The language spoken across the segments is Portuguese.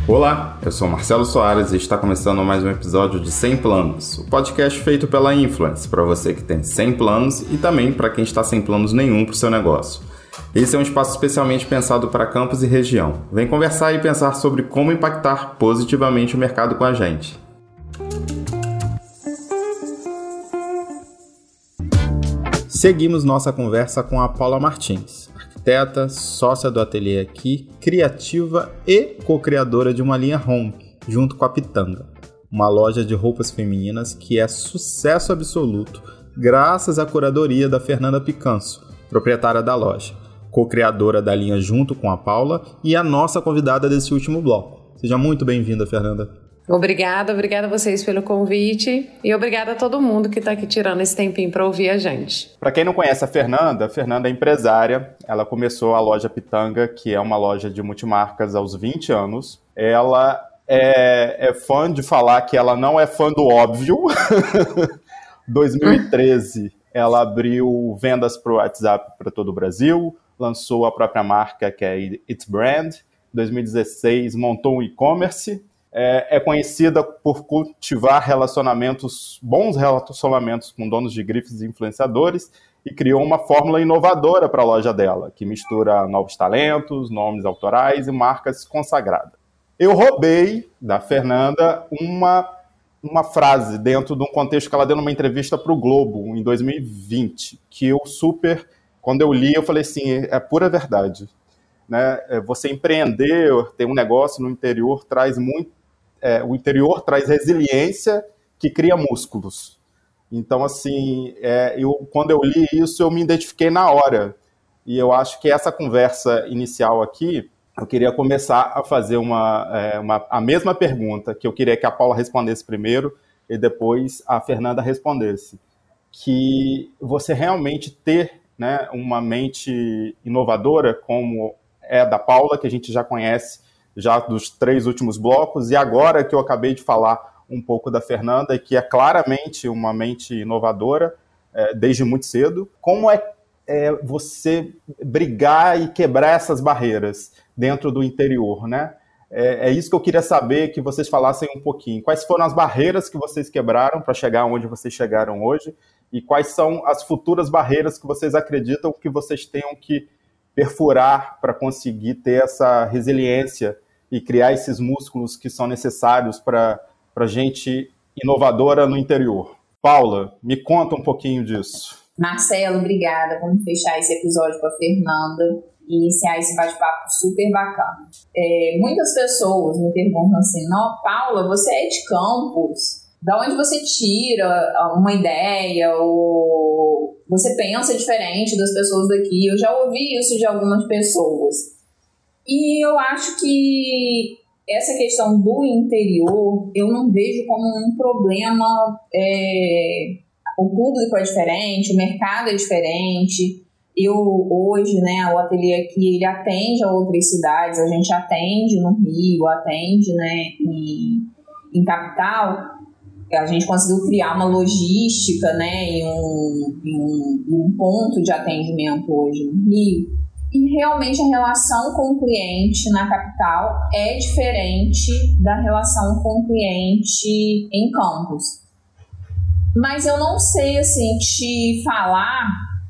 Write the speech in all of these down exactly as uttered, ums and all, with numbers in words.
Olá, eu sou Marcelo Soares e está começando mais um episódio de cem Planos, o podcast feito pela Influence, para você que tem cem planos e também para quem está sem planos nenhum para o seu negócio. Esse é um espaço especialmente pensado para campus e região. Vem conversar e pensar sobre como impactar positivamente o mercado com a gente. Seguimos nossa conversa com a Paula Martins, arquiteta, sócia do ateliê aqui, criativa e co-criadora de uma linha home, junto com a Pitanga, uma loja de roupas femininas que é sucesso absoluto graças à curadoria da Fernanda Picanso, proprietária da loja, co-criadora da linha junto com a Paula e a nossa convidada desse último bloco. Seja muito bem-vinda, Fernanda. Obrigada, obrigada a vocês pelo convite e obrigada a todo mundo que está aqui tirando esse tempinho para ouvir a gente. Para quem não conhece a Fernanda, a Fernanda é empresária. Ela começou a loja Pitanga, que é uma loja de multimarcas, aos vinte anos. Ela é, é fã de falar que ela não é fã do óbvio. dois mil e treze, ela abriu vendas para o WhatsApp para todo o Brasil, lançou a própria marca, que é It's Brand. Em dois mil e dezesseis, montou um e-commerce. É conhecida por cultivar relacionamentos, bons relacionamentos com donos de grifes e influenciadores e criou uma fórmula inovadora para a loja dela, que mistura novos talentos, nomes autorais e marcas consagradas. Eu roubei da Fernanda uma, uma frase dentro de um contexto que ela deu numa entrevista para o Globo em dois mil e vinte, que eu super, quando eu li, eu falei assim, é pura verdade. Né? Você empreender, ter um negócio no interior traz muito É, o interior traz resiliência que cria músculos. Então, assim, é, eu, quando eu li isso, eu me identifiquei na hora. E eu acho que essa conversa inicial aqui, eu queria começar a fazer uma, é, uma, a mesma pergunta, que eu queria que a Paula respondesse primeiro e depois a Fernanda respondesse. Que você realmente ter, né, uma mente inovadora, como é a da Paula, que a gente já conhece, já dos três últimos blocos, e agora que eu acabei de falar um pouco da Fernanda, que é claramente uma mente inovadora, é, desde muito cedo. Como é, é você brigar e quebrar essas barreiras dentro do interior, né? É, é isso que eu queria saber, que vocês falassem um pouquinho. Quais foram as barreiras que vocês quebraram para chegar onde vocês chegaram hoje, e quais são as futuras barreiras que vocês acreditam que vocês tenham que perfurar para conseguir ter essa resiliência e criar esses músculos que são necessários para a gente inovadora no interior. Paula, me conta um pouquinho disso. Marcelo, obrigada. Vamos fechar esse episódio com a Fernanda e iniciar esse bate-papo super bacana. É, muitas pessoas me perguntam assim, não, Paula, você é de Campos, da onde você tira uma ideia ou você pensa diferente das pessoas daqui? Eu já ouvi isso de algumas pessoas. E eu acho que essa questão do interior, eu não vejo como um problema. É, o público é diferente, o mercado é diferente. Eu, hoje, né, o ateliê aqui, ele atende a outras cidades, a gente atende no Rio, atende, né, em, em capital. A gente conseguiu criar uma logística, né, em um, em um, em um ponto de atendimento hoje no Rio. E realmente a relação com o cliente na capital é diferente da relação com o cliente em Campos. Mas eu não sei, assim, te falar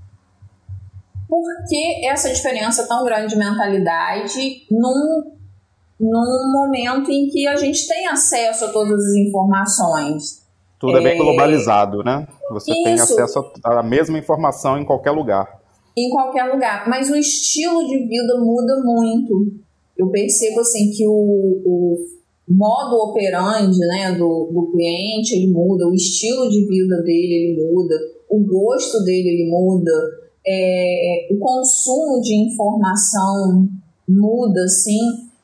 por que essa diferença tão grande de mentalidade num, num momento em que a gente tem acesso a todas as informações. Tudo é, é bem globalizado, né? Você isso. tem acesso à mesma informação em qualquer lugar. Em qualquer lugar, mas o estilo de vida muda muito. Eu percebo assim que o, o modo operandi, né, do, do cliente, ele muda, o estilo de vida dele, ele muda, o gosto dele, ele muda, é, o consumo de informação muda, sim,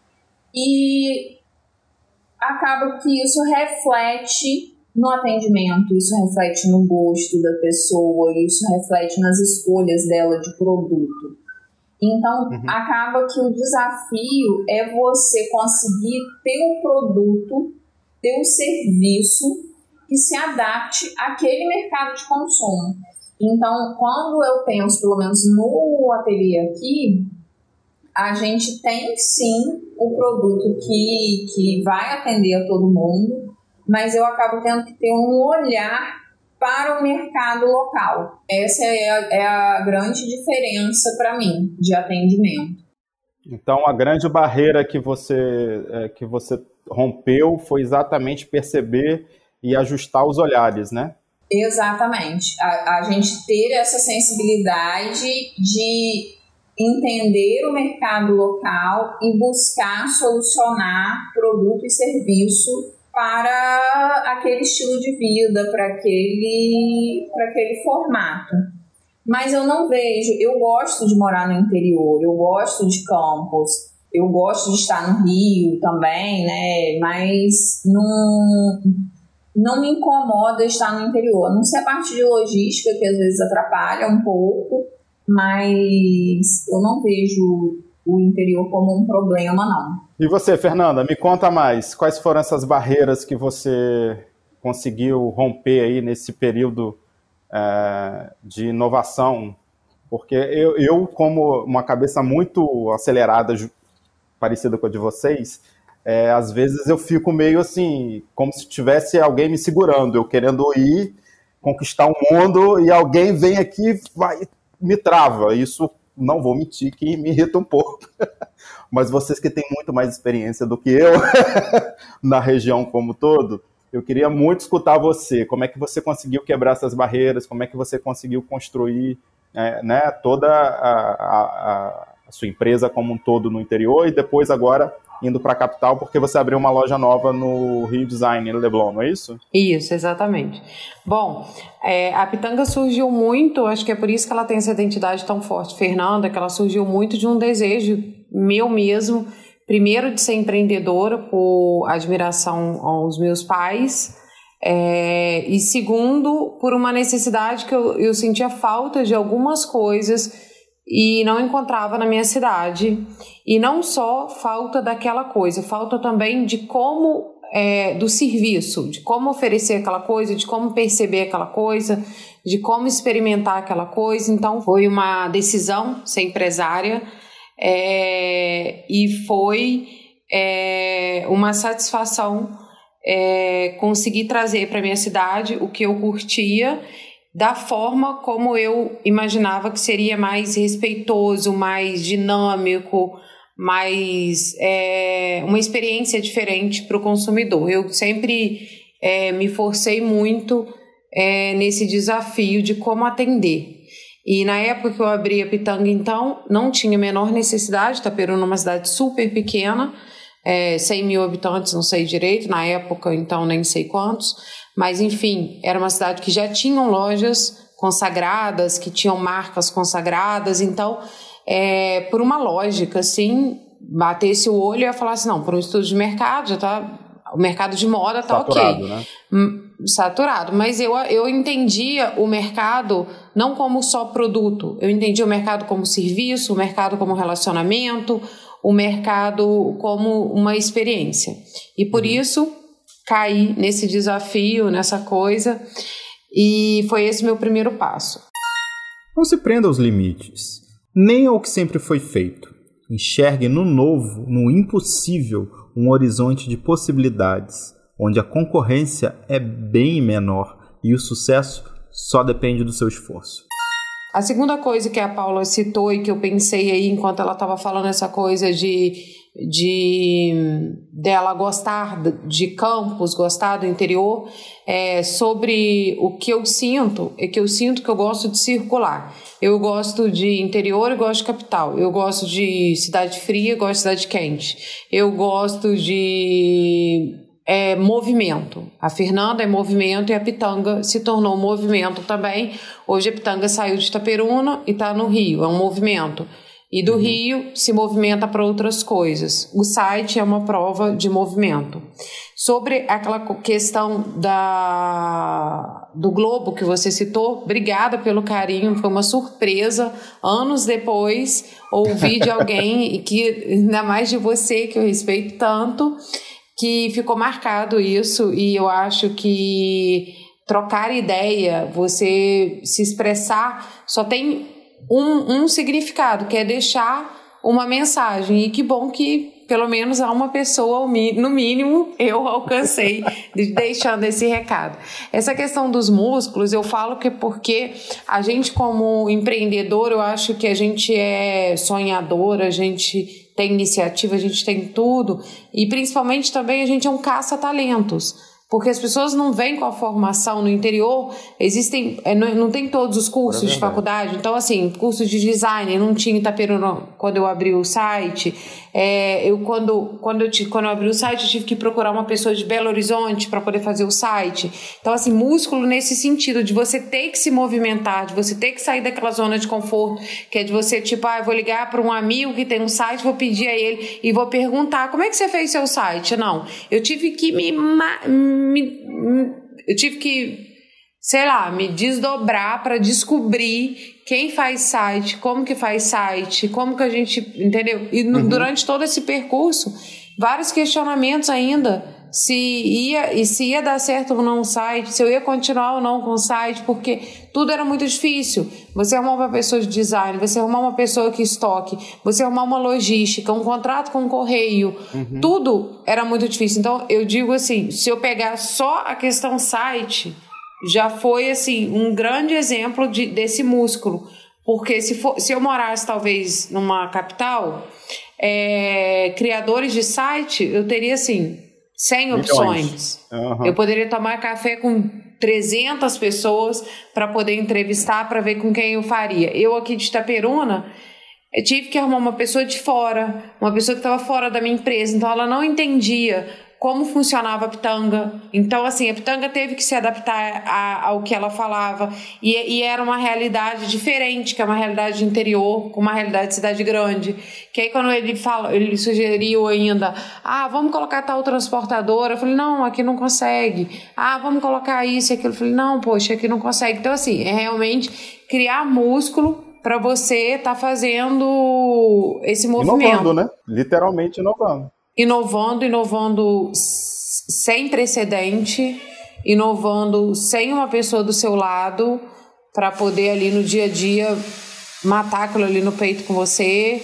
e acaba que isso reflete no atendimento, isso reflete no gosto da pessoa, isso reflete nas escolhas dela de produto. Então, uhum. acaba que o desafio é você conseguir ter um produto, ter um serviço que se adapte àquele mercado de consumo. Então, quando eu penso, pelo menos no ateliê aqui, a gente tem sim o produto que, que vai atender a todo mundo, mas eu acabo tendo que ter um olhar para o mercado local. Essa é a, é a grande diferença para mim de atendimento. Então, a grande barreira que você, é, que você rompeu foi exatamente perceber e ajustar os olhares, né? Exatamente. A, a gente ter essa sensibilidade de entender o mercado local e buscar solucionar produto e serviço para aquele estilo de vida, para aquele, para aquele formato. Mas eu não vejo, eu gosto de morar no interior, eu gosto de campos, eu gosto de estar no Rio também, né? Mas não, não me incomoda estar no interior. A não ser a parte de logística, que às vezes atrapalha um pouco, mas eu não vejo o interior como um problema, não. E você, Fernanda, me conta mais. Quais foram essas barreiras que você conseguiu romper aí nesse período é, de inovação? Porque eu, eu, como uma cabeça muito acelerada, parecida com a de vocês, é, às vezes eu fico meio assim, como se tivesse alguém me segurando, eu querendo ir, conquistar o mundo, e alguém vem aqui e vai, me trava. Isso, não vou mentir, que me irrita um pouco. Mas vocês que têm muito mais experiência do que eu na região como um todo, eu queria muito escutar você. Como é que você conseguiu quebrar essas barreiras? Como é que você conseguiu construir é, né, toda a, a, a sua empresa como um todo no interior e depois agora indo para a capital porque você abriu uma loja nova no Rio Design, em Leblon, não é isso? Isso, exatamente. Bom, é, a Pitanga surgiu muito, acho que é por isso que ela tem essa identidade tão forte, Fernanda, que ela surgiu muito de um desejo meu mesmo, primeiro de ser empreendedora por admiração aos meus pais, é, e segundo, por uma necessidade que eu, eu sentia falta de algumas coisas e não encontrava na minha cidade. E não só falta daquela coisa, falta também de como, é, do serviço, de como oferecer aquela coisa, de como perceber aquela coisa, de como experimentar aquela coisa. Então foi uma decisão ser empresária, é, e foi é, uma satisfação é, conseguir trazer para a minha cidade o que eu curtia, da forma como eu imaginava que seria mais respeitoso, mais dinâmico, mais é, uma experiência diferente para o consumidor. Eu sempre é, me forcei muito é, nesse desafio de como atender. E na época que eu abri a Pitanga, então, não tinha a menor necessidade. Itaperuna é uma cidade super pequena, é, cem mil habitantes, não sei direito, na época, então, nem sei quantos. Mas, enfim, era uma cidade que já tinham lojas consagradas, que tinham marcas consagradas. Então, é, por uma lógica, assim, batesse o olho e ia falar assim, não, por um estudo de mercado, já tá, o mercado de moda tá saturado, ok. Né? Saturado. Mas eu, eu entendia o mercado não como só produto. Eu entendia o mercado como serviço, o mercado como relacionamento, o mercado como uma experiência. E por uhum. isso caí nesse desafio, nessa coisa, e foi esse meu primeiro passo. Não se prenda aos limites, nem ao que sempre foi feito. Enxergue no novo, no impossível, um horizonte de possibilidades, onde a concorrência é bem menor e o sucesso só depende do seu esforço. A segunda coisa que a Paula citou e que eu pensei aí enquanto ela estava falando essa coisa de, de dela gostar de campos, gostar do interior, é, sobre o que eu sinto, é que eu sinto que eu gosto de circular. Eu gosto de interior e gosto de capital. Eu gosto de cidade fria e gosto de cidade quente. Eu gosto de é, movimento. A Fernanda é movimento e a Pitanga se tornou movimento também. Hoje a Pitanga saiu de Itaperuna e está no Rio, é um movimento. E do uhum. Rio se movimenta para outras coisas. O site é uma prova de movimento. Sobre aquela questão da, do Globo que você citou, obrigada pelo carinho, foi uma surpresa. Anos depois, ouvi de alguém, e que ainda mais de você, que eu respeito tanto, que ficou marcado isso, e eu acho que trocar ideia, você se expressar, só tem um, um significado, que é deixar uma mensagem. E que bom que pelo menos a uma pessoa, no mínimo, eu alcancei deixando esse recado. Essa questão dos músculos, eu falo que porque a gente como empreendedor, eu acho que a gente é sonhador, a gente tem iniciativa, a gente tem tudo, e principalmente também a gente é um caça-talentos. Porque as pessoas não vêm com a formação no interior, existem, não, não tem todos os cursos de faculdade, então assim, curso de design, não tinha em Itaperuna quando eu abri o site, é, eu, quando, quando, eu, quando eu abri o site eu tive que procurar uma pessoa de Belo Horizonte para poder fazer o site, então assim, músculo nesse sentido de você ter que se movimentar, de você ter que sair daquela zona de conforto, que é de você tipo, ah, eu vou ligar para um amigo que tem um site, vou pedir a ele e vou perguntar, como é que você fez seu site? Não, eu tive que me... me eu tive que, sei lá, me desdobrar para descobrir quem faz site, como que faz site, como que a gente, entendeu? E no, uhum. durante todo esse percurso, vários questionamentos ainda, se ia, e se ia dar certo ou não o site, se eu ia continuar ou não com o site, porque tudo era muito difícil. Você arrumar uma pessoa de design, você arrumar uma pessoa que estoque, você arrumar uma logística, um contrato com o correio, uhum. tudo era muito difícil. Então, eu digo assim, se eu pegar só a questão site, já foi assim um grande exemplo de, desse músculo. Porque se, for, se eu morasse talvez numa capital, é, criadores de site, eu teria assim... cem opções. Uhum. Eu poderia tomar café com trezentas pessoas para poder entrevistar, para ver com quem eu faria. Eu aqui de Itaperuna, eu tive que arrumar uma pessoa de fora, uma pessoa que estava fora da minha empresa, então ela não entendia como funcionava a Pitanga. Então, assim, a Pitanga teve que se adaptar a, ao que ela falava. E, e era uma realidade diferente, que é uma realidade de interior, com uma realidade de cidade grande. Que aí, quando ele, fala, ele sugeriu ainda, ah, vamos colocar tal transportadora. Eu falei, não, aqui não consegue. Ah, vamos colocar isso e aquilo. Eu falei, não, poxa, aqui não consegue. Então, assim, é realmente criar músculo para você estar tá fazendo esse movimento. Inovando, né? Literalmente inovando. Inovando, inovando sem precedente, inovando sem uma pessoa do seu lado para poder ali no dia a dia matar aquilo ali no peito com você,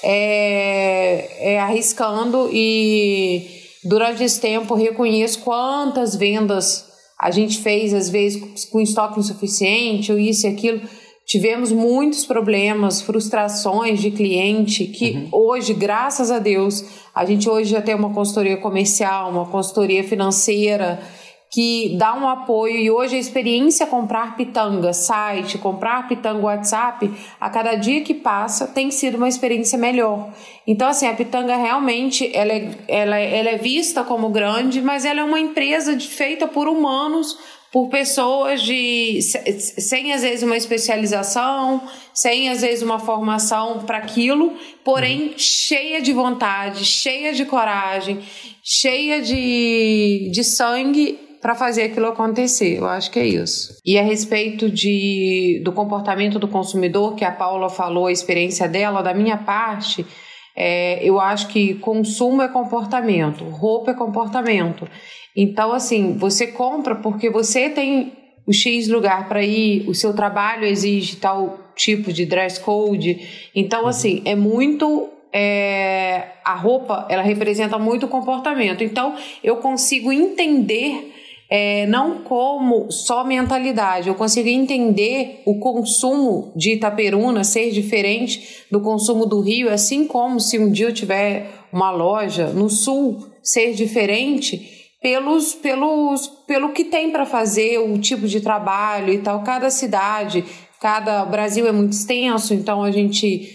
é, é arriscando, e durante esse tempo reconheço quantas vendas a gente fez, às vezes com estoque insuficiente, ou isso e aquilo. Tivemos muitos problemas, frustrações de cliente que uhum. hoje, graças a Deus, a gente hoje já tem uma consultoria comercial, uma consultoria financeira que dá um apoio, e hoje a experiência comprar Pitanga, site, comprar Pitanga WhatsApp, a cada dia que passa tem sido uma experiência melhor. Então, assim, a Pitanga realmente ela é, ela, ela é vista como grande, mas ela é uma empresa de, feita por humanos, por pessoas de, sem às vezes uma especialização, sem às vezes uma formação para aquilo, porém cheia de vontade, cheia de coragem, cheia de, de sangue para fazer aquilo acontecer. Eu acho que é isso. E a respeito de, do comportamento do consumidor, que a Paula falou, a experiência dela, da minha parte, é, eu acho que consumo é comportamento, roupa é comportamento. Então, assim, você compra porque você tem o X lugar para ir, o seu trabalho exige tal tipo de dress code. Então, assim, é muito... É, a roupa, ela representa muito o comportamento. Então, eu consigo entender, é, não como só mentalidade, eu consigo entender o consumo de Itaperuna ser diferente do consumo do Rio, assim como se um dia eu tiver uma loja no Sul ser diferente... Pelos, pelos, pelo que tem para fazer, o tipo de trabalho e tal. Cada cidade, cada o Brasil é muito extenso, então a gente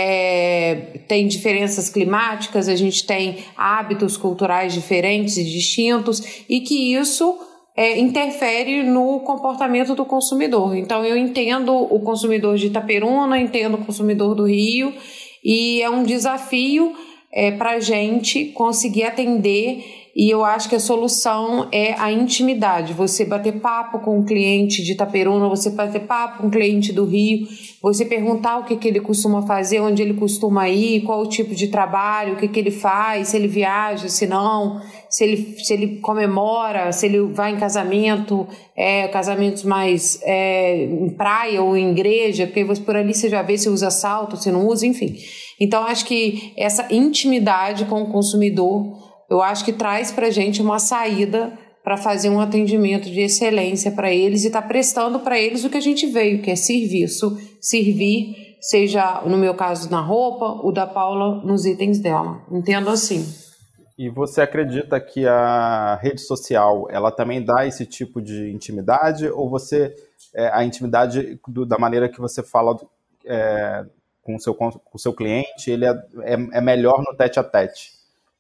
é, tem diferenças climáticas, a gente tem hábitos culturais diferentes e distintos, e que isso é, interfere no comportamento do consumidor. Então eu entendo o consumidor de Itaperuna, entendo o consumidor do Rio, e é um desafio é, para a gente conseguir atender E eu acho que a solução é a intimidade. Você bater papo com o cliente de Itaperuna, você bater papo com o cliente do Rio, você perguntar o que, que ele costuma fazer, onde ele costuma ir, qual o tipo de trabalho, o que, que ele faz, se ele viaja, se não, se ele, se ele comemora, se ele vai em casamento, é, casamentos mais é, em praia ou em igreja, porque você, por ali você já vê se usa salto, se não usa, enfim. Então, acho que essa intimidade com o consumidor, eu acho que traz para a gente uma saída para fazer um atendimento de excelência para eles e estar tá prestando para eles o que a gente veio, que é serviço, servir, seja no meu caso na roupa, o da Paula nos itens dela. Entendo assim. E você acredita que a rede social, ela também dá esse tipo de intimidade, ou você, é, a intimidade do, da maneira que você fala é, com o seu, com o seu cliente, ele é, é, é melhor no tete-a-tete?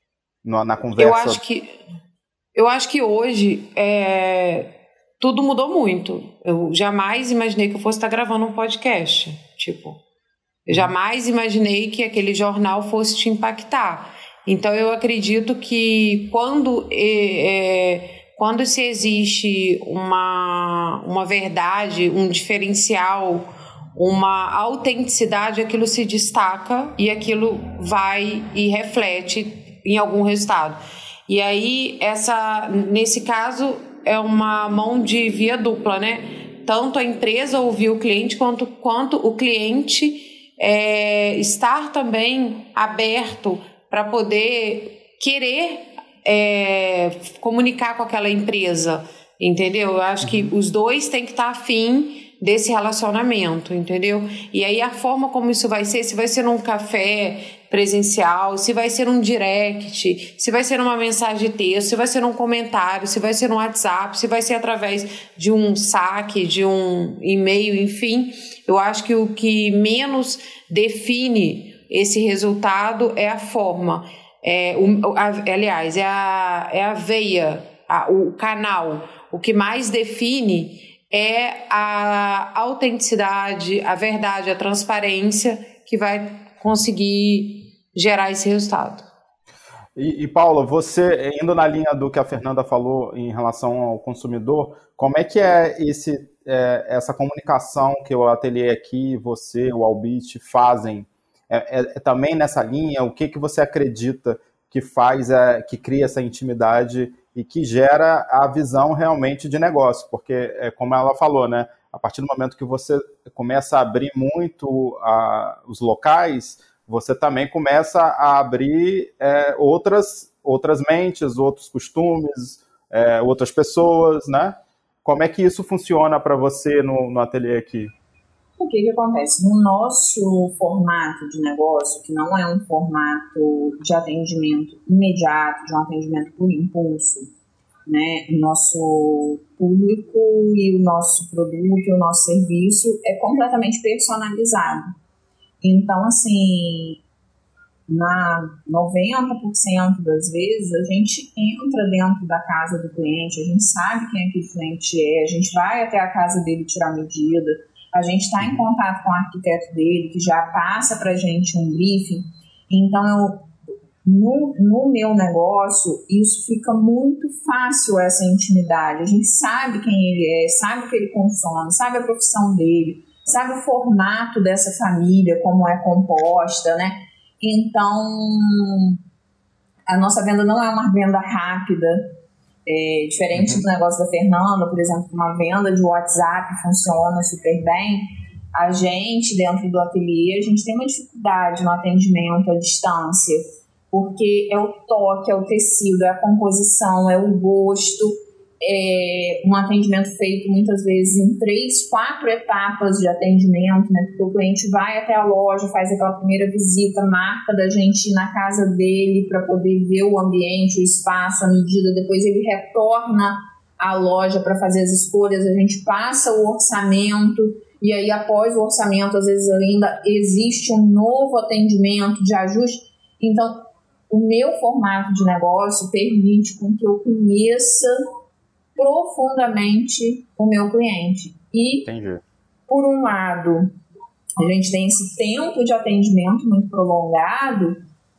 Na conversa. Eu acho que, eu acho que hoje é, tudo mudou muito. Eu jamais imaginei que eu fosse estar gravando um podcast. Tipo, eu jamais imaginei que aquele jornal fosse te impactar. Então, eu acredito que quando, é, quando se existe uma, uma verdade, um diferencial, uma autenticidade, aquilo se destaca e aquilo vai e reflete em algum resultado. E aí, essa, nesse caso, é uma mão de via dupla, né? Tanto a empresa ouvir o cliente, quanto, quanto o cliente é, estar também aberto para poder querer é, comunicar com aquela empresa, entendeu? Eu acho que os dois têm que estar afim desse relacionamento, entendeu? E aí a forma como isso vai ser, se vai ser num café presencial, se vai ser um direct, se vai ser uma mensagem de texto, se vai ser um comentário, se vai ser um WhatsApp, se vai ser através de um saque, de um e-mail, enfim, eu acho que o que menos define esse resultado é a forma, é, o, a, aliás, é a, é a veia, a, o canal, o que mais define é a autenticidade, a verdade, a transparência que vai conseguir gerar esse resultado. E, e Paula, você, indo na linha do que a Fernanda falou em relação ao consumidor, como é que é, esse, é essa comunicação que o Ateliê aqui, você, o Albit, fazem? É, é, é também nessa linha? O que, que você acredita que faz, é, que cria essa intimidade e que gera a visão realmente de negócio? Porque, é, como ela falou, né, a partir do momento que você começa a abrir muito a, os locais, você também começa a abrir é, outras, outras mentes, outros costumes, é, outras pessoas, né? Como é que isso funciona para você no, no ateliê aqui? O que que acontece? No nosso formato de negócio, que não é um formato de atendimento imediato, de um atendimento por impulso, né? O nosso público e o nosso produto e o nosso serviço é completamente personalizado. Então, assim, na noventa por cento das vezes, a gente entra dentro da casa do cliente, a gente sabe quem aquele cliente é, a gente vai até a casa dele tirar medida, a gente está em contato com o arquiteto dele, que já passa para a gente um briefing. Então, eu, no, no meu negócio, isso fica muito fácil, essa intimidade. A gente sabe quem ele é, sabe o que ele consome, sabe a profissão dele, sabe o formato dessa família, como é composta, né? Então, a nossa venda não é uma venda rápida, é, diferente do negócio da Fernanda, por exemplo, uma venda de WhatsApp funciona super bem. A gente, dentro do ateliê, a gente tem uma dificuldade no atendimento à distância, porque é o toque, é o tecido, é a composição, é o gosto. É um atendimento feito muitas vezes em três, quatro etapas de atendimento, né? Porque o cliente vai até a loja, faz aquela primeira visita, marca da gente ir na casa dele para poder ver o ambiente, o espaço, a medida, depois ele retorna à loja para fazer as escolhas, a gente passa o orçamento e aí após o orçamento às vezes ainda existe um novo atendimento de ajuste. Então o meu formato de negócio permite com que eu conheça profundamente o meu cliente. E, Entendi. Por um lado, a gente tem esse tempo de atendimento muito prolongado,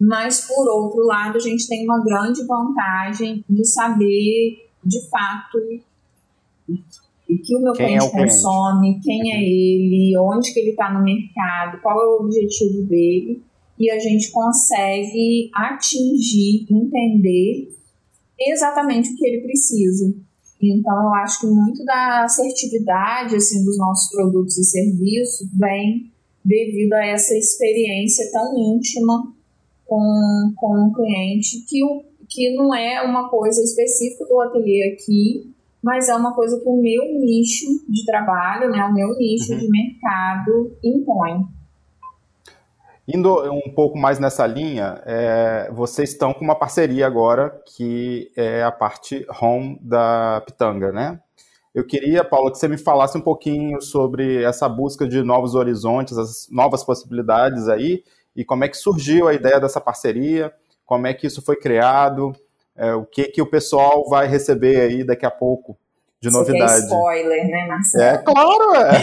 mas, por outro lado, a gente tem uma grande vantagem de saber, de fato, o que o meu quem cliente é o cliente? consome, quem é ele, onde que ele está no mercado, qual é o objetivo dele, e a gente consegue atingir, entender exatamente o que ele precisa. Então, eu acho que muito da assertividade assim, dos nossos produtos e serviços vem devido a essa experiência tão íntima com, com o cliente, que, o, que não é uma coisa específica do ateliê aqui, mas é uma coisa que o meu nicho de trabalho, né, o meu nicho uhum. de mercado impõe. Indo um pouco mais nessa linha, é, vocês estão com uma parceria agora, que é a parte home da Pitanga, né? Eu queria, Paula, que você me falasse um pouquinho sobre essa busca de novos horizontes, as novas possibilidades aí, e como é que surgiu a ideia dessa parceria, como é que isso foi criado, é, o que, que o pessoal vai receber aí daqui a pouco de você novidade. Quer spoiler, né, Marcelo? É, claro, é.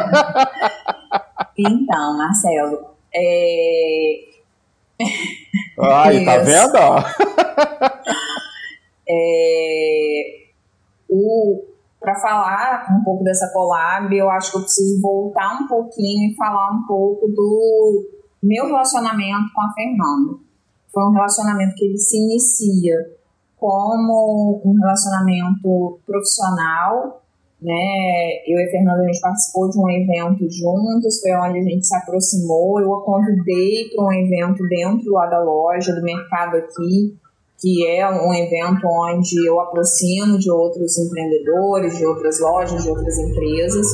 Então, Marcelo, É... Ai, tá vendo? é... o... Para falar um pouco dessa collab, eu acho que eu preciso voltar um pouquinho e falar um pouco do meu relacionamento com a Fernanda. Foi um relacionamento que ele se inicia como um relacionamento profissional, né? Eu e a Fernanda, a gente participou de um evento juntos, foi onde a gente se aproximou. Eu a convidei para um evento dentro lá da loja, do mercado aqui, que é um evento onde eu aproximo de outros empreendedores, de outras lojas, de outras empresas.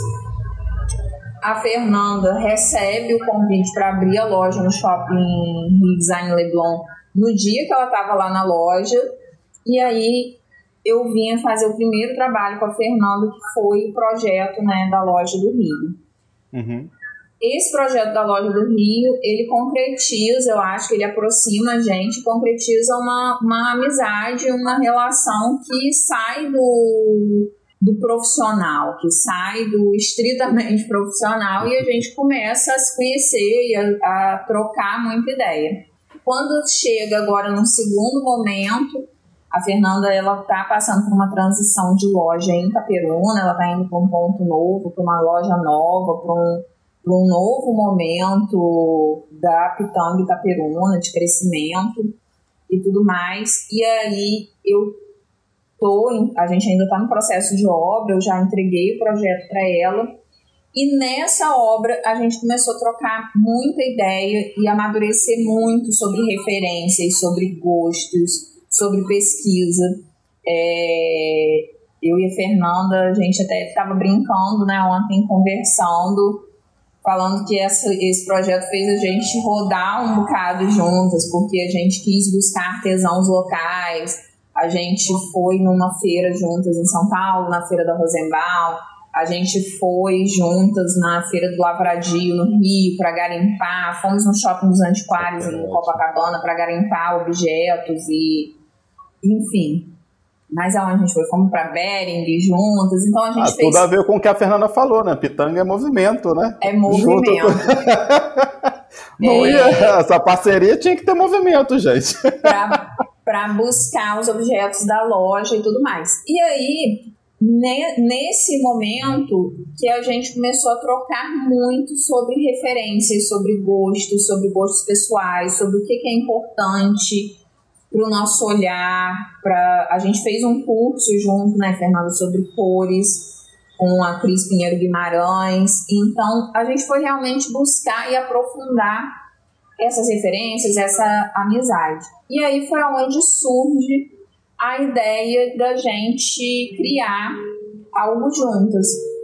A Fernanda recebe o convite para abrir a loja no Shopping Rio Design Leblon no dia que ela estava lá na loja, e aí eu vinha fazer o primeiro trabalho com a Fernanda, que foi o projeto, né, da loja do Rio. Uhum. Esse projeto da loja do Rio, ele concretiza, eu acho que ele aproxima a gente, concretiza uma, uma amizade, uma relação que sai do, do profissional, que sai do estritamente profissional, e a gente começa a se conhecer e a, a trocar muita ideia. Quando chega agora no segundo momento, a Fernanda ela está passando por uma transição de loja em Itaperuna, ela está indo para um ponto novo, para uma loja nova, para um, para um novo momento da Pitanga Itaperuna, de crescimento e tudo mais. E aí eu tô, em, a gente ainda está no processo de obra, eu já entreguei o projeto para ela. E nessa obra a gente começou a trocar muita ideia e amadurecer muito sobre referências, sobre gostos, sobre pesquisa. É, eu e a Fernanda, a gente até estava brincando, né, ontem, conversando, falando que essa, esse projeto fez a gente rodar um bocado juntas, porque a gente quis buscar artesãos locais, a gente foi numa feira juntas em São Paulo, na Feira da Rosenbaum, a gente foi juntas na Feira do Lavradio, no Rio, para garimpar, fomos no Shopping dos Antiquários, em Copacabana, para garimpar objetos e, enfim. Mas aonde a gente foi? Fomos para Bering juntas, então a gente ah, fez... Tudo a ver com o que a Fernanda falou, né? Pitanga é movimento, né? É movimento. Não é... ia... Essa parceria tinha que ter movimento, gente. Para buscar os objetos da loja e tudo mais. E aí... Nesse momento que a gente começou a trocar muito sobre referências, sobre gostos, sobre gostos pessoais, sobre o que é importante para o nosso olhar. Pra... A gente fez um curso junto, né, Fernanda, sobre cores, com a Cris Pinheiro Guimarães. Então, a gente foi realmente buscar e aprofundar essas referências, essa amizade. E aí foi onde surge a ideia da gente criar algo juntas.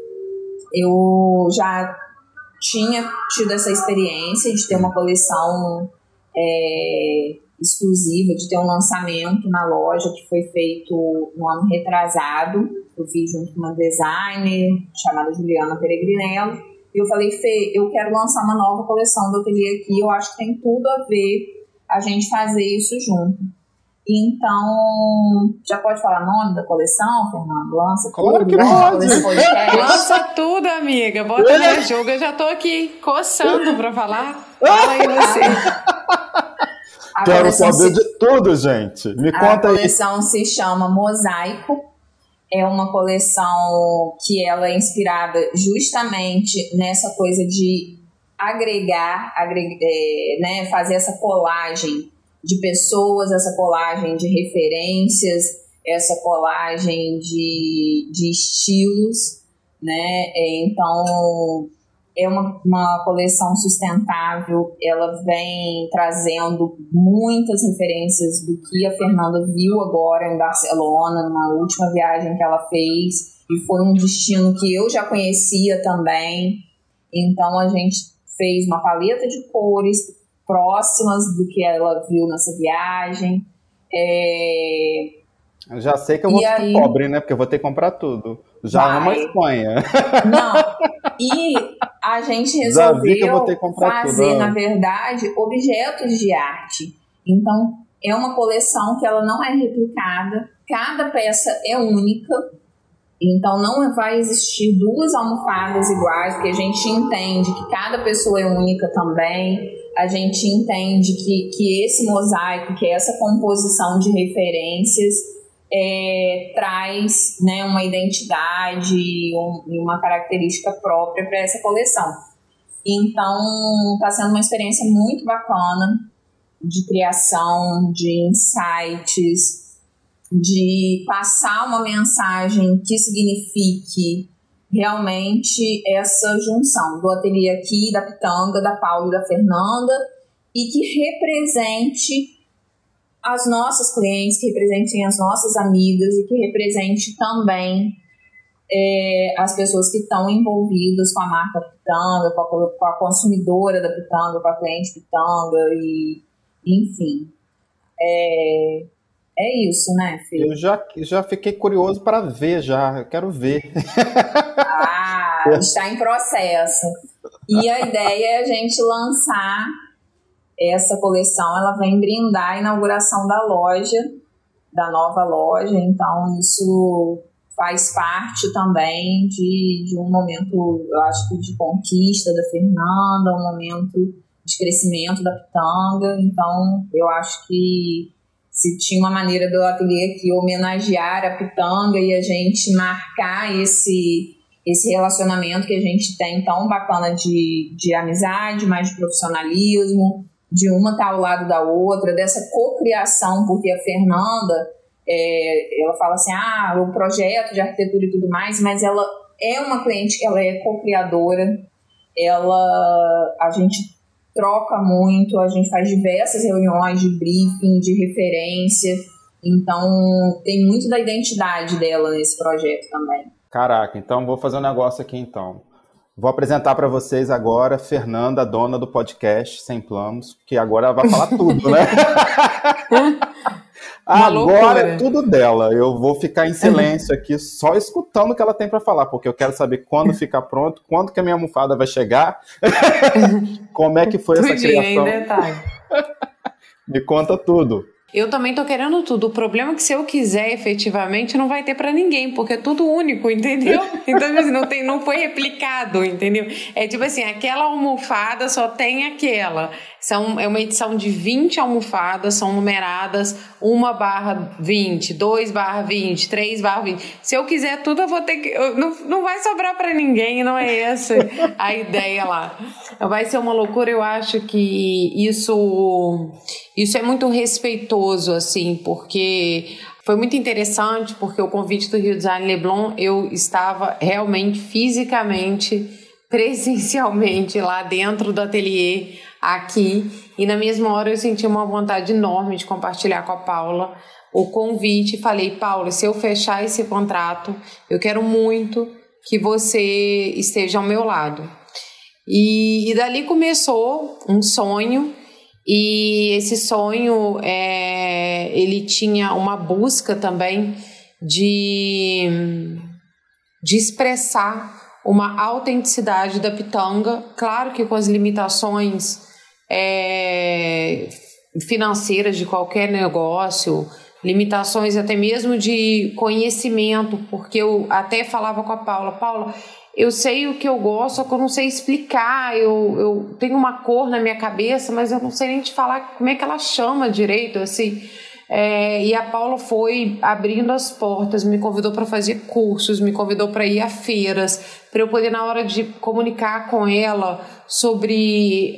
Eu já tinha tido essa experiência de ter uma coleção é, exclusiva, de ter um lançamento na loja que foi feito no ano retrasado. Eu fiz junto com uma designer chamada Juliana Peregrinello. E eu falei, Fê, eu quero lançar uma nova coleção do ateliê aqui, eu acho que tem tudo a ver a gente fazer isso junto. Então, já pode falar o nome da coleção, Fernando? Lança claro tudo, que pode. Lança tudo, amiga. Bota no jogo. Eu já tô aqui coçando pra falar. Fala aí você. Quero saber se... de tudo, gente. Me conta aí. A coleção aí. Se chama Mosaico. É uma coleção que ela é inspirada justamente nessa coisa de agregar, agregar é, né, fazer essa colagem de pessoas, essa colagem de referências, essa colagem de, de estilos, né? Então, é uma, uma coleção sustentável, ela vem trazendo muitas referências do que a Fernanda viu agora em Barcelona, numa última viagem que ela fez, e foi um destino que eu já conhecia também. Então, a gente fez uma paleta de cores próximas do que ela viu nessa viagem. É... Eu já sei que eu vou e ficar aí... pobre, né? Porque eu vou ter que comprar tudo. Já amo a Espanha. Não, e a gente resolveu fazer, tudo. na verdade, objetos de arte. Então, é uma coleção que ela não é replicada, cada peça é única, então não vai existir duas almofadas iguais, porque a gente entende que cada pessoa é única também, a gente entende que, que esse mosaico, que essa composição de referências É, traz, né, uma identidade e um, uma característica própria para essa coleção. Então, está sendo uma experiência muito bacana de criação, de insights, de passar uma mensagem que signifique realmente essa junção do ateliê aqui, da Pitanga, da Paula e da Fernanda, e que represente as nossas clientes, que representem as nossas amigas e que represente também é, as pessoas que estão envolvidas com a marca Pitanga, com a, com a consumidora da Pitanga, com a cliente Pitanga, e, enfim. É, é isso, né, Fê? Eu já, já fiquei curioso para ver já, eu quero ver. Ah, está em processo. E a ideia é a gente lançar essa coleção, ela vem brindar a inauguração da loja, da nova loja, então isso faz parte também de, de um momento, eu acho que de conquista da Fernanda, um momento de crescimento da Pitanga, então eu acho que se tinha uma maneira do ateliê aqui homenagear a Pitanga e a gente marcar esse, esse relacionamento que a gente tem tão bacana de, de amizade, mais de profissionalismo, de uma estar ao lado da outra, dessa cocriação, porque a Fernanda, é, ela fala assim, ah, o projeto de arquitetura e tudo mais, mas ela é uma cliente que ela é cocriadora, ela, a gente troca muito, a gente faz diversas reuniões de briefing, de referência, então tem muito da identidade dela nesse projeto também. Caraca, então vou fazer um negócio aqui então. Vou apresentar para vocês agora Fernanda, a dona do podcast Sem Planos, que agora ela vai falar tudo, né? Agora é tudo dela. Eu vou ficar em silêncio aqui, só escutando o que ela tem para falar, porque eu quero saber quando ficar pronto, quando que a minha almofada vai chegar, como é que foi essa Tudinho, criação. em detalhe. Me conta tudo. Eu também tô querendo tudo. O problema é que se eu quiser efetivamente não vai ter pra ninguém, porque é tudo único, entendeu? Então assim, não, tem, não foi replicado, entendeu? É tipo assim, aquela almofada só tem aquela. São, é uma edição de vinte almofadas, são numeradas uma barra vinte, dois barra vinte, três barra vinte. Se eu quiser tudo, eu vou ter que... Eu, não, não vai sobrar pra ninguém, não é essa a ideia lá. Vai ser uma loucura, eu acho que isso... Isso é muito respeitoso, assim, porque foi muito interessante, porque o convite do Rio Design Leblon, eu estava realmente, fisicamente, presencialmente lá dentro do ateliê, aqui, e na mesma hora eu senti uma vontade enorme de compartilhar com a Paula o convite. Falei, Paula, se eu fechar esse contrato, eu quero muito que você esteja ao meu lado. E, e dali começou um sonho. E esse sonho, é, ele tinha uma busca também de, de expressar uma autenticidade da Pitanga, claro que com as limitações é, financeiras de qualquer negócio, limitações até mesmo de conhecimento, porque eu até falava com a Paula, Paula, eu sei o que eu gosto, só que eu não sei explicar, eu, eu tenho uma cor na minha cabeça, mas eu não sei nem te falar como é que ela chama direito, assim. É, e a Paula foi abrindo as portas, me convidou para fazer cursos, me convidou para ir a feiras, para eu poder, na hora de comunicar com ela sobre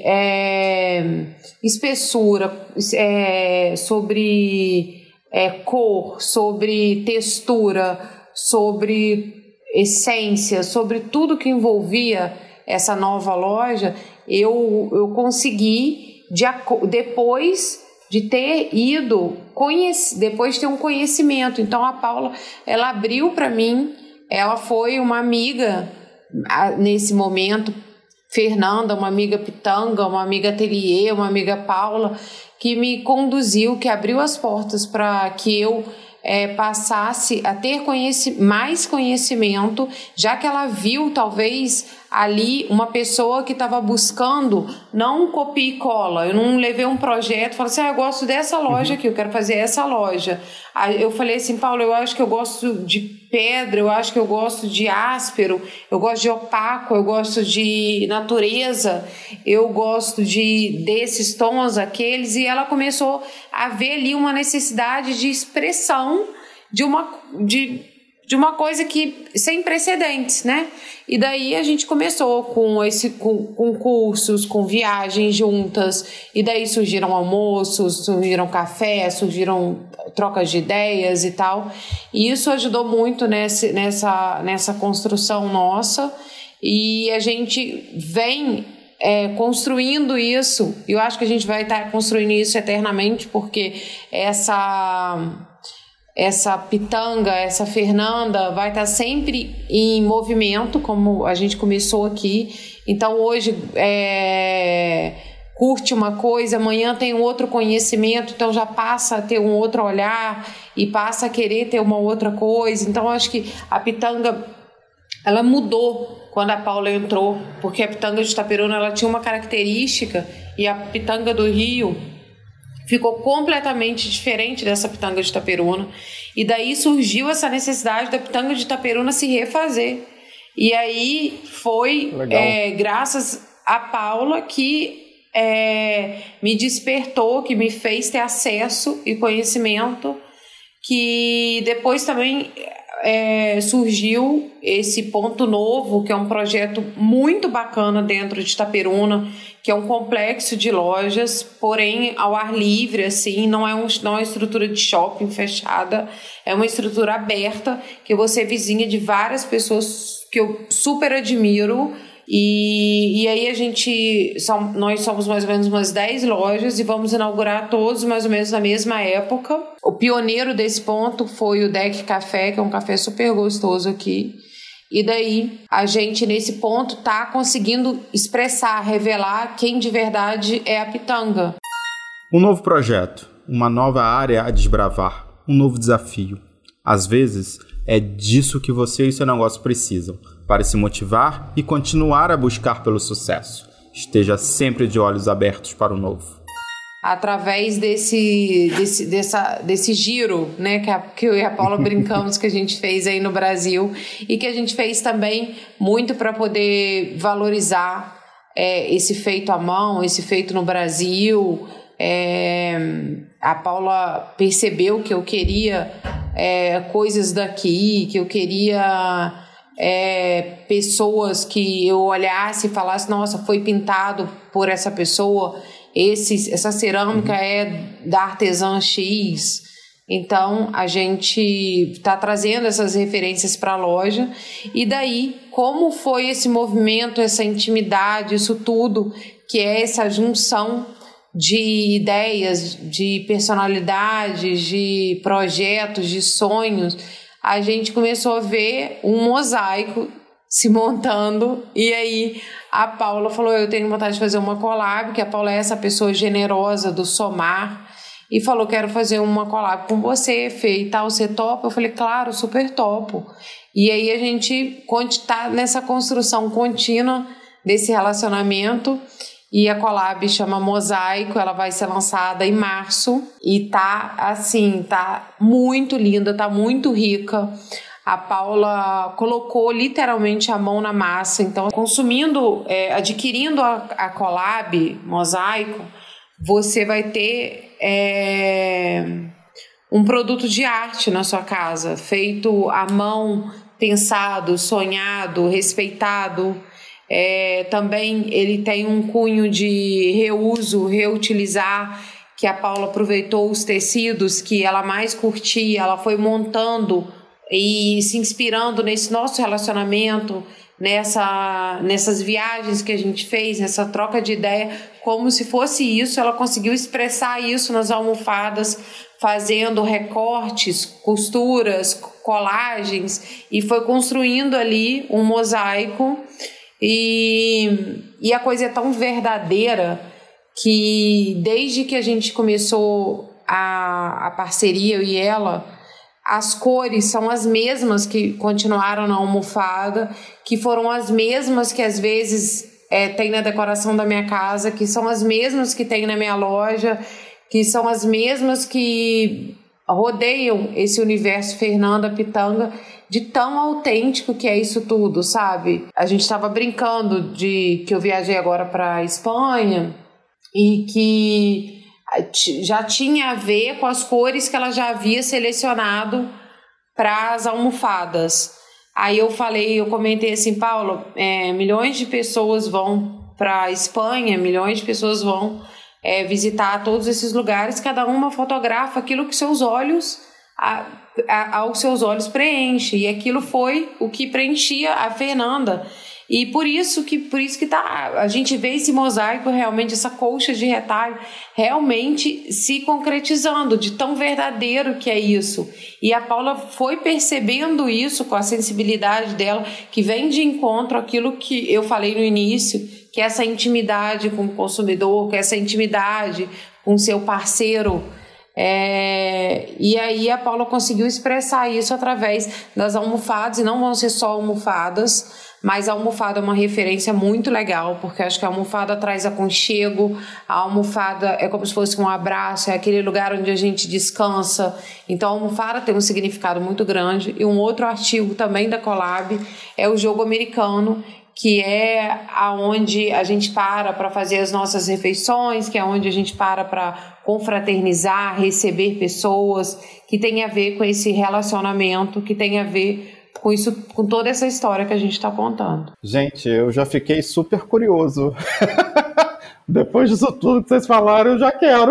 é, espessura, é, sobre é, cor, sobre textura, sobre essência, sobre tudo que envolvia essa nova loja, eu, eu consegui, de, depois de ter ido, conhece, depois de ter um conhecimento. Então a Paula, ela abriu para mim, ela foi uma amiga nesse momento, Fernanda, uma amiga Pitanga, uma amiga Atelier, uma amiga Paula, que me conduziu, que abriu as portas para que eu É, passasse a ter conheci- mais conhecimento, já que ela viu talvez ali uma pessoa que estava buscando não copia e cola. Eu não levei um projeto, falei assim, ah, eu gosto dessa loja aqui, eu quero fazer essa loja. Aí eu falei assim, Paulo, eu acho que eu gosto de pedra, eu acho que eu gosto de áspero, eu gosto de opaco, eu gosto de natureza, eu gosto de desses tons, aqueles, e ela começou a ver ali uma necessidade de expressão de uma, de, de uma coisa que sem precedentes, né? E daí a gente começou com, esse, com, com cursos, com viagens juntas, e daí surgiram almoços, surgiram café, surgiram trocas de ideias e tal, e isso ajudou muito nesse, nessa, nessa construção nossa, e a gente vem é, construindo isso, e eu acho que a gente vai estar construindo isso eternamente, porque essa... essa Pitanga, essa Fernanda vai estar sempre em movimento, como a gente começou aqui. Então hoje é, curte uma coisa, amanhã tem um outro conhecimento, então já passa a ter um outro olhar e passa a querer ter uma outra coisa. Então acho que a Pitanga, ela mudou quando a Paula entrou, porque a Pitanga de Itaperuna, ela tinha uma característica, e a Pitanga do Rio ficou completamente diferente dessa Pitanga de Itaperuna, e daí surgiu essa necessidade da Pitanga de Itaperuna se refazer, e aí foi é, graças a Paula que é, me despertou, que me fez ter acesso e conhecimento, que depois também é, surgiu esse ponto novo, que é um projeto muito bacana dentro de Itaperuna, que é um complexo de lojas, porém ao ar livre, assim, não é, um, não é uma estrutura de shopping fechada, é uma estrutura aberta, que você é vizinha de várias pessoas que eu super admiro, e, e aí a gente, nós somos mais ou menos umas dez lojas e vamos inaugurar todos mais ou menos na mesma época. O pioneiro desse ponto foi o Deck Café, que é um café super gostoso aqui. E daí a gente nesse ponto tá conseguindo expressar, revelar quem de verdade é a Pitanga. Um novo projeto, uma nova área a desbravar, um novo desafio. Às vezes é disso que você e seu negócio precisam para se motivar e continuar a buscar pelo sucesso. Esteja sempre de olhos abertos para o novo. Através desse, desse, dessa, desse giro, né, que, a, que eu e a Paula brincamos que a gente fez aí no Brasil, e que a gente fez também muito para poder valorizar é, esse feito à mão, esse feito no Brasil. É, a Paula percebeu que eu queria é, coisas daqui, que eu queria é, pessoas que eu olhasse e falasse, nossa, foi pintado por essa pessoa. Esse, essa cerâmica uhum. é da artesã X. Então a gente está trazendo essas referências para a loja, e daí como foi esse movimento, essa intimidade, isso tudo, que é essa junção de ideias, de personalidades, de projetos, de sonhos, a gente começou a ver um mosaico se montando, e aí a Paula falou, eu tenho vontade de fazer uma collab, que a Paula é essa pessoa generosa do somar, e falou, quero fazer uma collab com você, Fê, e tal, você topa? Eu falei, claro, super topo. E aí a gente está nessa construção contínua desse relacionamento, E a collab chama Mosaico, ela vai ser lançada em março e tá assim, tá muito linda, tá muito rica. A Paula colocou literalmente a mão na massa, então consumindo, é, adquirindo a, a collab Mosaico, você vai ter é, um produto de arte na sua casa, feito à mão, pensado, sonhado, respeitado. É, também ele tem um cunho de reuso, reutilizar, que a Paula aproveitou os tecidos que ela mais curtia, ela foi montando e se inspirando nesse nosso relacionamento, nessa, nessas viagens que a gente fez, nessa troca de ideia, como se fosse isso, ela conseguiu expressar isso nas almofadas, fazendo recortes, costuras, colagens, e foi construindo ali um mosaico. E, e a coisa é tão verdadeira que desde que a gente começou a, a parceria, eu e ela, as cores são as mesmas que continuaram na almofada, que foram as mesmas que às vezes é, tem na decoração da minha casa, que são as mesmas que tem na minha loja, que são as mesmas que rodeiam esse universo Fernanda Pitanga, de tão autêntico que é isso tudo, sabe? A gente estava brincando de que eu viajei agora para Espanha e que já tinha a ver com as cores que ela já havia selecionado para as almofadas. Aí eu falei, eu comentei assim, Paulo, é, milhões de pessoas vão para a Espanha, milhões de pessoas vão é, visitar todos esses lugares, cada uma fotografa aquilo que seus olhos... A, a, aos seus olhos preenche, e aquilo foi o que preenchia a Fernanda, e por isso que, por isso que tá, a gente vê esse mosaico realmente, essa colcha de retalho realmente se concretizando, de tão verdadeiro que é isso. E a Paula foi percebendo isso com a sensibilidade dela, que vem de encontro àquilo que eu falei no início, que é essa intimidade com o consumidor, que é essa intimidade com o seu parceiro. É, e aí a Paula conseguiu expressar isso através das almofadas, e não vão ser só almofadas, mas a almofada é uma referência muito legal, porque acho que a almofada traz aconchego, a almofada é como se fosse um abraço, é aquele lugar onde a gente descansa, então a almofada tem um significado muito grande. E um outro artigo também da collab é o jogo americano, que é aonde a gente para para fazer as nossas refeições, que é onde a gente para para confraternizar, receber pessoas, que tem a ver com esse relacionamento, que tem a ver com isso, com toda essa história que a gente está contando. Gente, eu já fiquei super curioso. Depois disso tudo que vocês falaram, eu já quero.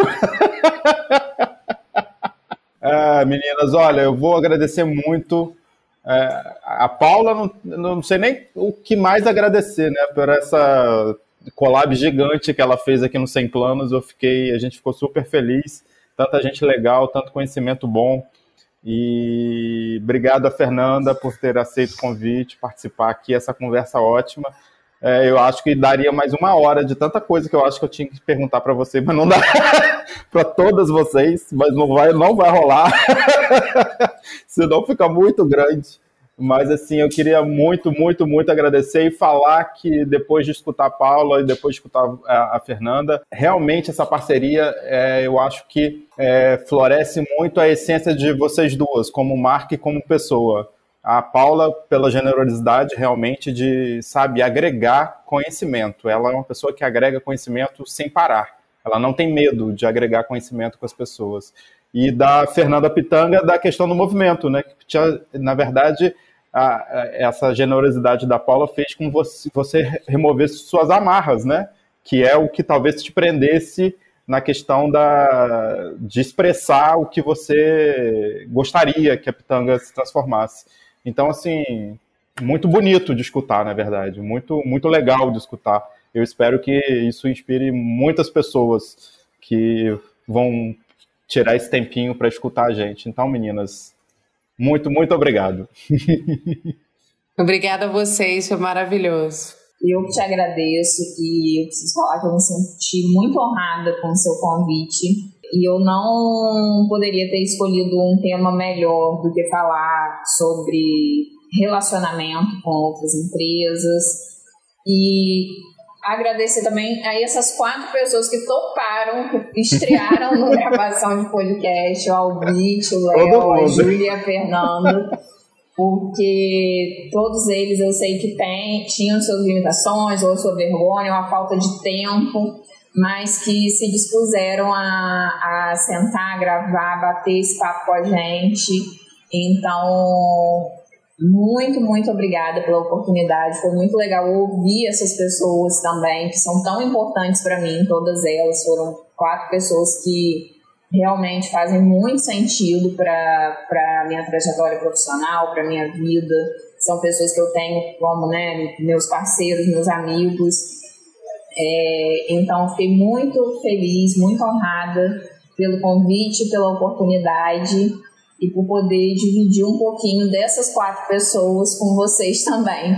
Ah, meninas, olha, eu vou agradecer muito. É, a Paula, não, não sei nem o que mais agradecer, né, por essa collab gigante que ela fez aqui no Sem Planos. Eu fiquei, a gente ficou super feliz, tanta gente legal, tanto conhecimento bom. E obrigado a Fernanda por ter aceito o convite, participar aqui, essa conversa ótima. É, eu acho que daria mais uma hora de tanta coisa que eu acho que eu tinha que perguntar para você, mas não dá para todas vocês, mas não vai, não vai rolar, senão fica muito grande. Mas assim, eu queria muito, muito, muito agradecer e falar que depois de escutar a Paula e depois de escutar a, a Fernanda, realmente essa parceria, é, eu acho que é, floresce muito a essência de vocês duas, como marca e como pessoa. A Paula, pela generosidade realmente de, sabe, agregar conhecimento. Ela é uma pessoa que agrega conhecimento sem parar. Ela não tem medo de agregar conhecimento com as pessoas. E da Fernanda Pitanga, da questão do movimento, né? Que tinha, na verdade, a, a, essa generosidade da Paula fez com você, você removesse suas amarras, né? Que é o que talvez te prendesse na questão da, de expressar o que você gostaria que a Pitanga se transformasse. Então, assim, muito bonito de escutar, na verdade, muito, muito legal de escutar. Eu espero que isso inspire muitas pessoas que vão tirar esse tempinho para escutar a gente. Então, meninas, muito, muito obrigado. Obrigada a vocês, foi maravilhoso. Eu te agradeço e eu preciso falar que eu me senti muito honrada com o seu convite. E eu não poderia ter escolhido um tema melhor do que falar sobre relacionamento com outras empresas. E agradecer também a essas quatro pessoas que toparam, que estrearam na gravação de podcast, o Albite, o Léo, a Júlia, a Fernando, porque todos eles eu sei que tem, tinham suas limitações, ou sua vergonha, ou a falta de tempo, mas que se dispuseram a, a sentar, gravar, bater esse papo com a gente. Então, muito, muito obrigada pela oportunidade. Foi muito legal ouvir essas pessoas também, que são tão importantes para mim. Todas elas foram quatro pessoas que realmente fazem muito sentido para a minha trajetória profissional, para a minha vida. São pessoas que eu tenho como, né, meus parceiros, meus amigos. É, então, fiquei muito feliz, muito honrada pelo convite, pela oportunidade e por poder dividir um pouquinho dessas quatro pessoas com vocês também.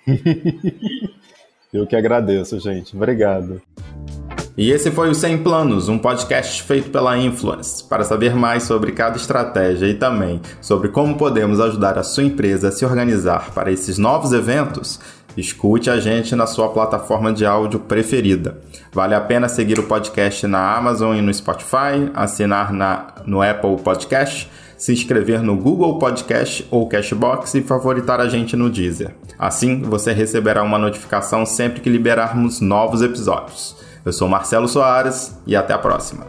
Eu que agradeço, gente. Obrigado. E esse foi o Sem Planos, um podcast feito pela Influence. Para saber mais sobre cada estratégia e também sobre como podemos ajudar a sua empresa a se organizar para esses novos eventos, escute a gente na sua plataforma de áudio preferida. Vale a pena seguir o podcast na Amazon e no Spotify, assinar na, no Apple Podcast, se inscrever no Google Podcast ou Cashbox e favoritar a gente no Deezer. Assim, você receberá uma notificação sempre que liberarmos novos episódios. Eu sou Marcelo Soares e até a próxima.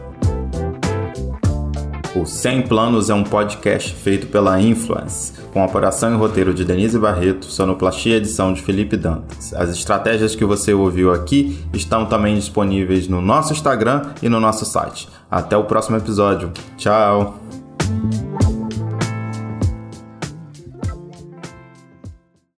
O Sem Planos é um podcast feito pela Influence, com apuração e roteiro de Denise Barreto, sonoplastia e edição de Felipe Dantas. As estratégias que você ouviu aqui estão também disponíveis no nosso Instagram e no nosso site. Até o próximo episódio. Tchau!